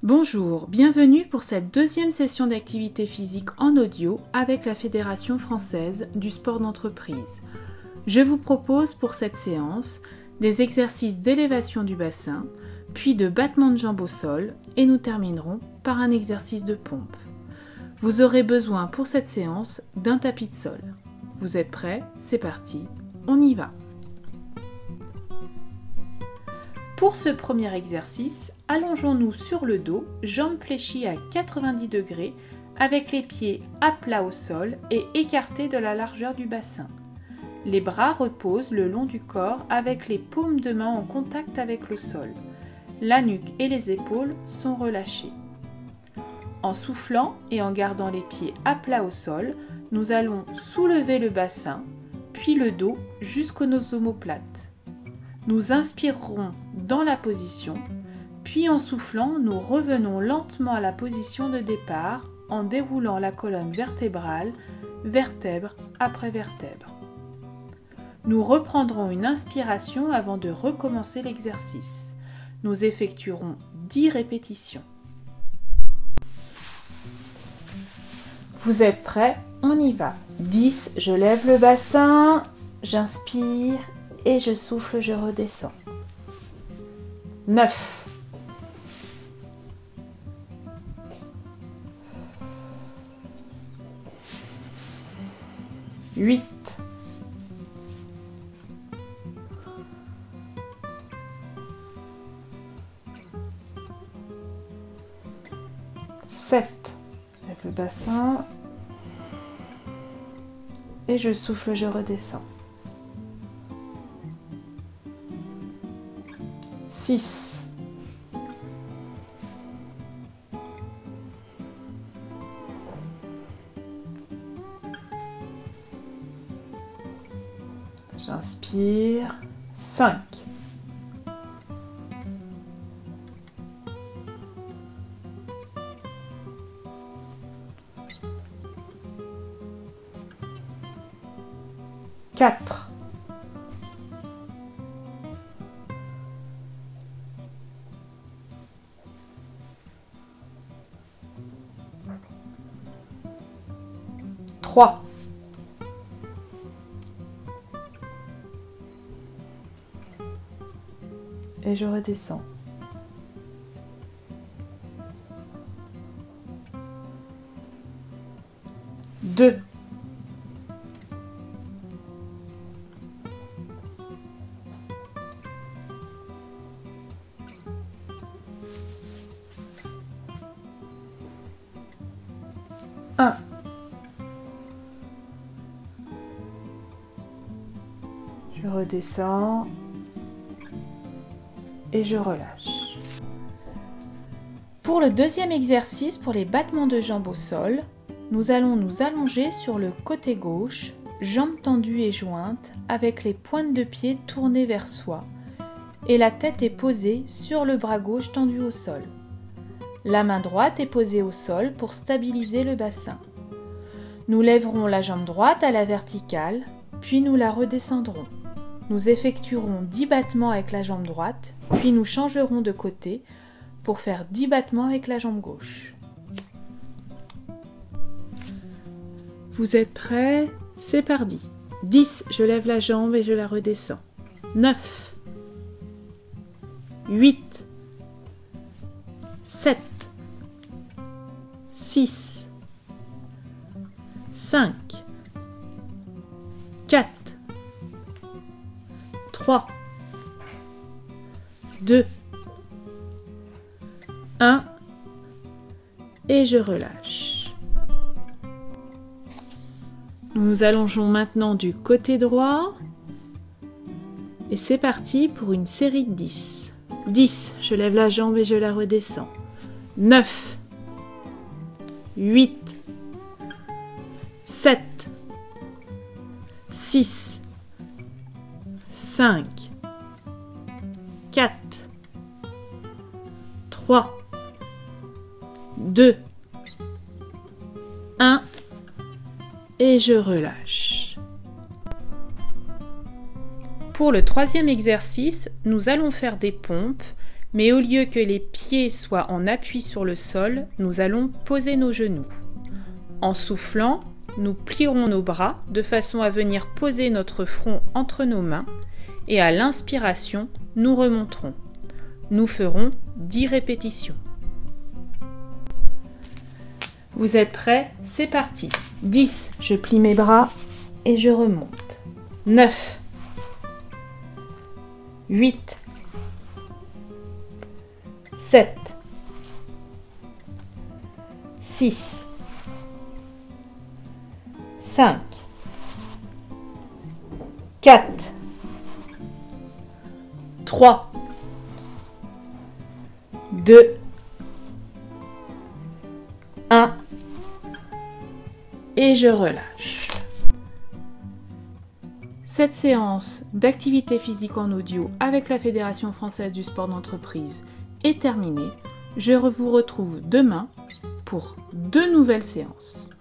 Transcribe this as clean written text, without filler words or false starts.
Bonjour, bienvenue pour cette deuxième session d'activité physique en audio avec la Fédération française du sport d'entreprise. Je vous propose pour cette séance des exercices d'élévation du bassin, puis de battement de jambes au sol et nous terminerons par un exercice de pompe. Vous aurez besoin pour cette séance d'un tapis de sol. Vous êtes prêts? C'est parti, on y va! Pour ce premier exercice, allongeons-nous sur le dos, jambes fléchies à 90 degrés, avec les pieds à plat au sol et écartés de la largeur du bassin. Les bras reposent le long du corps avec les paumes de main en contact avec le sol. La nuque et les épaules sont relâchées. En soufflant et en gardant les pieds à plat au sol, nous allons soulever le bassin, puis le dos jusqu'aux nos omoplates. Nous inspirerons dans la position, puis en soufflant, nous revenons lentement à la position de départ en déroulant la colonne vertébrale, vertèbre après vertèbre. Nous reprendrons une inspiration avant de recommencer l'exercice. Nous effectuerons 10 répétitions. Vous êtes prêts? On y va. 10, je lève le bassin, j'inspire et je souffle, je redescends. 9. 8. 7. Lève le bassin et je souffle, je redescends. 6. 'J'inspire. 5. 4. 3. 'Et je redescends. 2. 1. Je redescends et je relâche. Pour le deuxième exercice, pour les battements de jambes au sol, nous allons nous allonger sur le côté gauche, jambes tendues et jointes, avec les pointes de pied tournées vers soi, et la tête est posée sur le bras gauche tendu au sol. La main droite est posée au sol pour stabiliser le bassin. Nous lèverons la jambe droite à la verticale, puis nous la redescendrons. Nous effectuerons 10 battements avec la jambe droite, puis nous changerons de côté pour faire 10 battements avec la jambe gauche. Vous êtes prêts? C'est parti. 10, je lève la jambe et je la redescends. 9. 8. 7. 6. 5. 4. 3. 2. 1. Et je relâche. Nous nous allongeons maintenant du côté droit. Et c'est parti pour une série de 10. 10, je lève la jambe et je la redescends. 9. 8. 7. 6. 5. 4. 3. 2. 1. Et je relâche. Pour le troisième exercice, nous allons faire des pompes, Mais au lieu que les pieds soient en appui sur le sol, nous allons poser nos genoux. En soufflant, nous plierons nos bras de façon à venir poser notre front entre nos mains et à l'inspiration, nous remonterons. Nous ferons 10 répétitions. Vous êtes prêts? C'est parti. 10, je plie mes bras et je remonte. 9, 8, 7, 6, 5, 4, 3, 2, 1 et je relâche. Cette séance d'activité physique en audio avec la Fédération française du sport d'entreprise est terminée. Je vous retrouve demain pour 2 nouvelles séances.